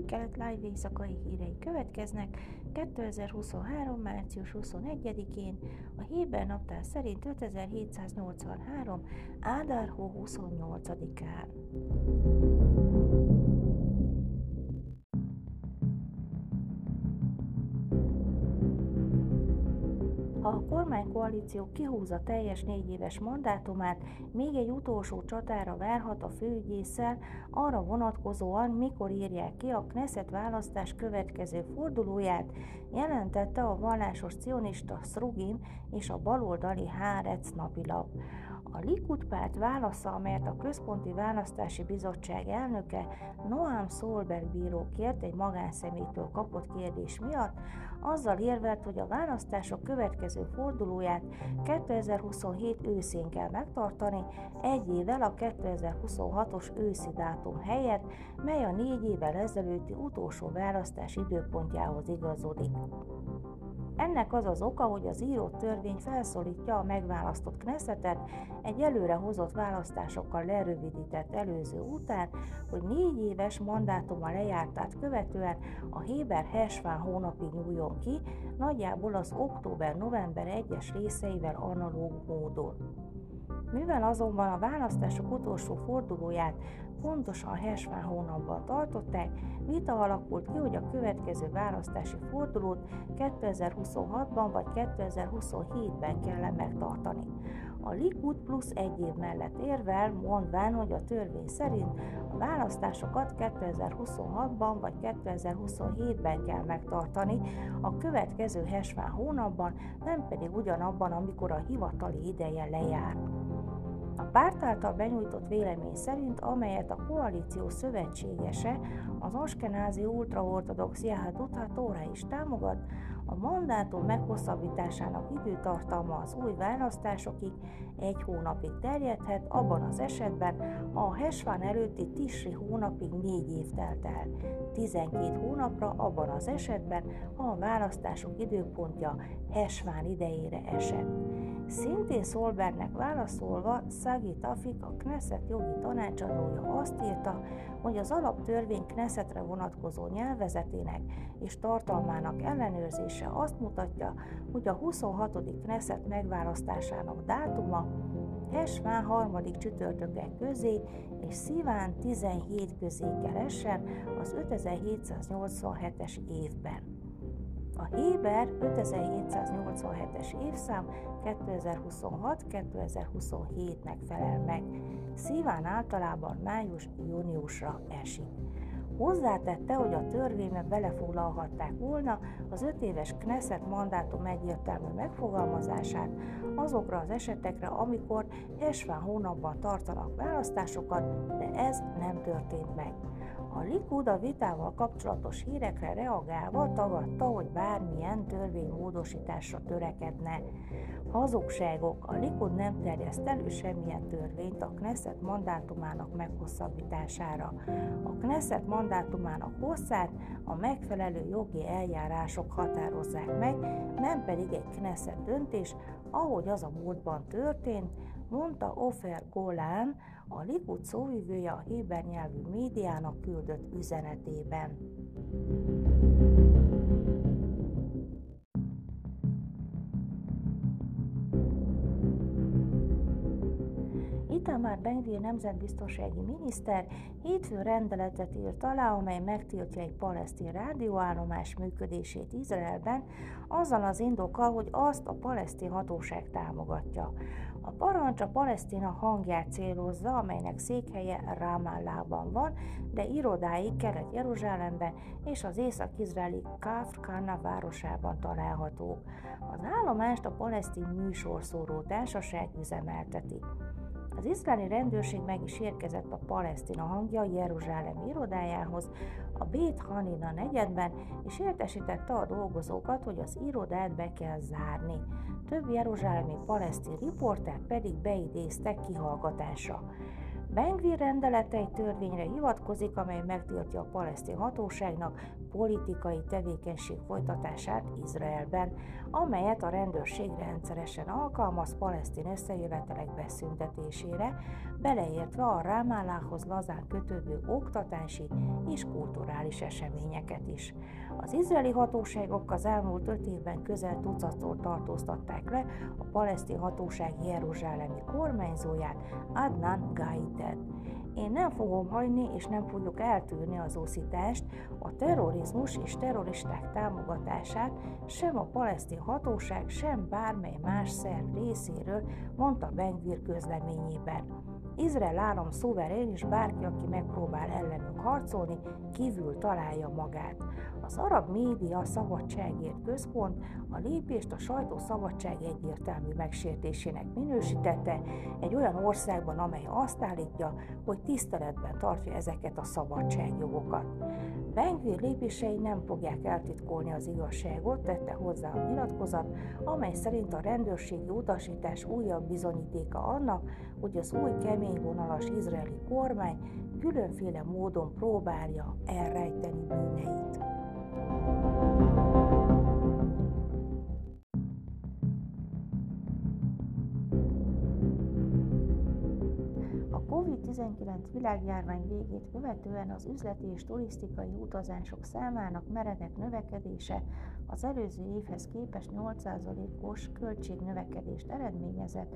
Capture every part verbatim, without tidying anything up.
Kelet Live éjszakai hírei következnek kétezer-huszonhárom. március huszonegyedikén, a héber naptár szerint ötezer-hétszáznyolcvanhárom. Ádár hó huszonnyolcadikán. Ha a kormánykoalíció kihúzza teljes négy éves mandátumát, még egy utolsó csatára várhat a főügyésszel arra vonatkozóan, mikor írják ki a Knesset választás következő fordulóját, jelentette a vallásos cionista Szrugim és a baloldali Haaretz napilap. A Likud párt válasza, amelyet a Központi Választási Bizottság elnöke Noam Solberg bíró kért egy magánszemélytől kapott kérdés miatt, azzal érvelt, hogy a választások következő fordulóját kétezer-huszonhét őszén kell megtartani, egy évvel a kétezer-huszonhatos őszi dátum helyett, mely a négy évvel ezelőtti utolsó választás időpontjához igazodik. Ennek az az oka, hogy az írott törvény felszólítja a megválasztott Knessetet egy előre hozott választásokkal lerövidített előző után, hogy négy éves mandátuma lejártát követően a héber hesván hónapig nyúljon ki, nagyjából az október-november egyes részeivel analóg módon. Mivel azonban a választások utolsó fordulóját pontosan hesván hónapban tartották, vita alakult ki, hogy a következő választási fordulót kétezer-huszonhatban vagy kétezer-huszonhétben kell megtartani. A Likud plusz egy év mellett érvel, mondván, hogy a törvény szerint a választásokat kétezer-huszonhatban vagy kétezer-huszonhétben kell megtartani, a következő hesván hónapban, nem pedig ugyanabban, amikor a hivatali ideje lejár. A párt által benyújtott vélemény szerint, amelyet a koalíció szövetségese, az askenázi ultraortodox Yehadut HaTorá is támogat, a mandátum meghosszabbításának időtartalma az új választásokig egy hónapig terjedhet, abban az esetben, ha a hesván előtti Tisri hónapig négy év telt el, tizenkét hónapra abban az esetben, ha a választások időpontja hesván idejére esett. Szintén Solbergnek válaszolva, Szagi Tafik, a Knesset jogi tanácsadója azt írta, hogy az alaptörvény Knessetre vonatkozó nyelvezetének és tartalmának ellenőrzése azt mutatja, hogy a huszonhatodik Knesset megválasztásának dátuma hesván harmadik csütörtökek közé és Sziván tizenhét közé kell essen az ötezer-hétszáznyolcvanhetes évben. A héber ötezer-hétszáznyolcvanhetes évszám kétezer-huszonhat-kétezer-huszonhétnek felel meg. Sziván általában május-júniusra esik. Hozzátette, hogy a törvénybe belefoglalhatták volna az öt éves Knesset mandátum egyértelmű megfogalmazását azokra az esetekre, amikor hesván hónapban tartanak választásokat, de ez nem történt meg. A Likud a vitával kapcsolatos hírekre reagálva tagadta, hogy bármilyen törvénymódosításra törekedne. Hazugságok, a Likud nem terjeszt elő semmilyen törvényt a Knesset mandátumának meghosszabbítására. A Knesset mandátumának hosszát a megfelelő jogi eljárások határozzák meg, nem pedig egy Knesset döntés, ahogy az a múltban történt, mondta Ofer Golán, a Likud szóvivője a héber nyelvű médiának küldött üzenetében. Itamar Ben-Gvir nemzetbiztonsági miniszter hétfőn rendeletet írt alá, amely megtiltja egy palesztin rádióállomás működését Izraelben, azzal az indokkal, hogy azt a palesztin hatóság támogatja. A parancs a Palesztina hangját célozza, amelynek székhelye Ramallahban van, de irodái Kelet-Jeruzsálemben és az észak-izraeli Kfar Kana városában találhatók. Az állomást a palesztin műsorszóró társaság üzemelteti. Az izraeli rendőrség meg is érkezett a Palesztina hangja Jeruzsálem irodájához, a Bét Hanina negyedben, és értesítette a dolgozókat, hogy az irodát be kell zárni. Több jeruzsálemi palesztin riportert pedig beidéztek kihallgatásra. Ben Gvir rendelete egy törvényre hivatkozik, amely megtiltja a palesztin hatóságnak politikai tevékenység folytatását Izraelben, amelyet a rendőrség rendszeresen alkalmaz palesztin összejövetelek beszüntetésére, beleértve a Ramallahhoz lazán kötődő oktatási és kulturális eseményeket is. Az izraeli hatóságok az elmúlt öt évben közel tucattól tartóztatták le a palesztin hatóság jeruzsálemi kormányzóját, Adnan Gaidet. Én nem fogom hagyni és nem fogjuk eltűrni az úszítást, a terrorizmus és terroristák támogatását sem a palesztin hatóság, sem bármely más szerv részéről, mondta Ben Gvir közleményében. Izrael állam szuverén, és bárki, aki megpróbál ellenünk harcolni, kívül találja magát. Az Arab Média Szabadságért Központ a lépést a sajtószabadság egyértelmű megsértésének minősítette egy olyan országban, amely azt állítja, hogy tiszteletben tartja ezeket a szabadságjogokat. Ben Gvir lépései nem fogják eltitkolni az igazságot, tette hozzá a nyilatkozat, amely szerint a rendőrségi utasítás újabb bizonyítéka annak, hogy az új keményvonalas izraeli kormány különféle módon próbálja elrejteni bűneit. A kovid tizenkilenc világjárvány végét követően az üzleti és turisztikai utazások számának meredek növekedése az előző évhez képest nyolc százalékos költségnövekedést eredményezett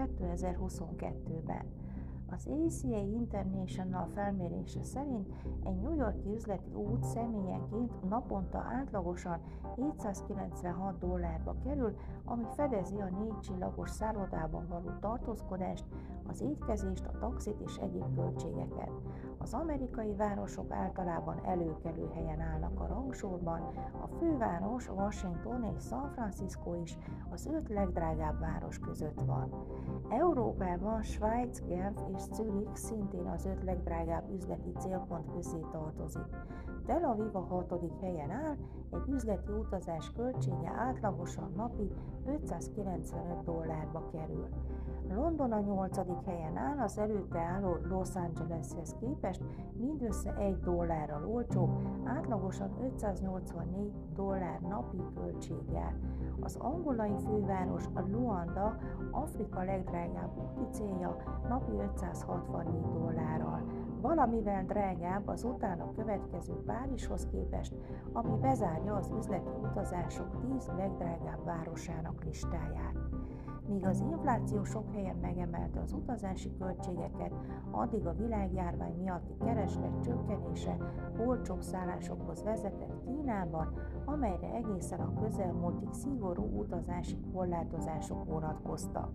kétezer-huszonkettőben. Az á cé á International felmérése szerint egy New York-i üzleti út személyenként naponta átlagosan hétszázkilencvenhat dollárba kerül, ami fedezi a négy csillagos szállodában való tartózkodást, az étkezést, a taxit és egyéb költségeket. Az amerikai városok általában előkelő helyen állnak a rangsorban, a főváros Washington és San Francisco is az öt legdrágább város között van. Európában Svájc, Genf és Zürich szintén az öt legdrágább üzleti célpont közé tartozik. Tel Aviv a hatodik helyen áll, egy üzleti utazás költsége átlagosan napi ötszázkilencvenöt dollárba kerül. London a nyolcadik helyen áll, az előtte álló Los Angeleshez képest mindössze egy dollárral olcsóbb, átlagosan ötszáznyolcvannégy dollár napi költséggel. Az angolai főváros, a Luanda, Afrika legdrágább úti célja napi ötszázhatvannégy dollárral. Valamivel drágább az utána következő Párizshoz képest, ami bezárja az üzleti utazások tíz legdrágább városának listáját. Míg az infláció sok helyen megemelte az utazási költségeket, addig a világjárvány miatti kereslet csökkenése olcsóbb szállásokhoz vezetett Kínában, amelyre egészen a közelmúltig szigorú utazási korlátozások vonatkoztak.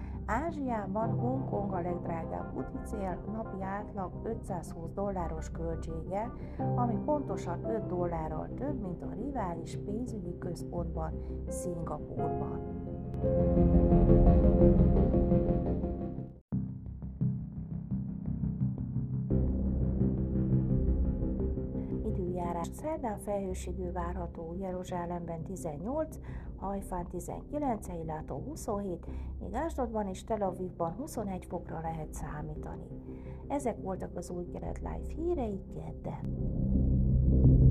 Ázsiában Hongkong a legdrágább úti cél, napi átlag ötszázhúsz dolláros költséggel, ami pontosan öt dollárral több, mint a rivális pénzügyi központban, Szingapúrban. Időjárás. Szerdán felhős idő várható, Jeruzsálemben tizennyolc, Hajfán tizenkilenc, Eilától huszonhét, míg Ásdodban és Tel Avivban huszonegy fokra lehet számítani. Ezek voltak az Új Kelet Live hírei kedden.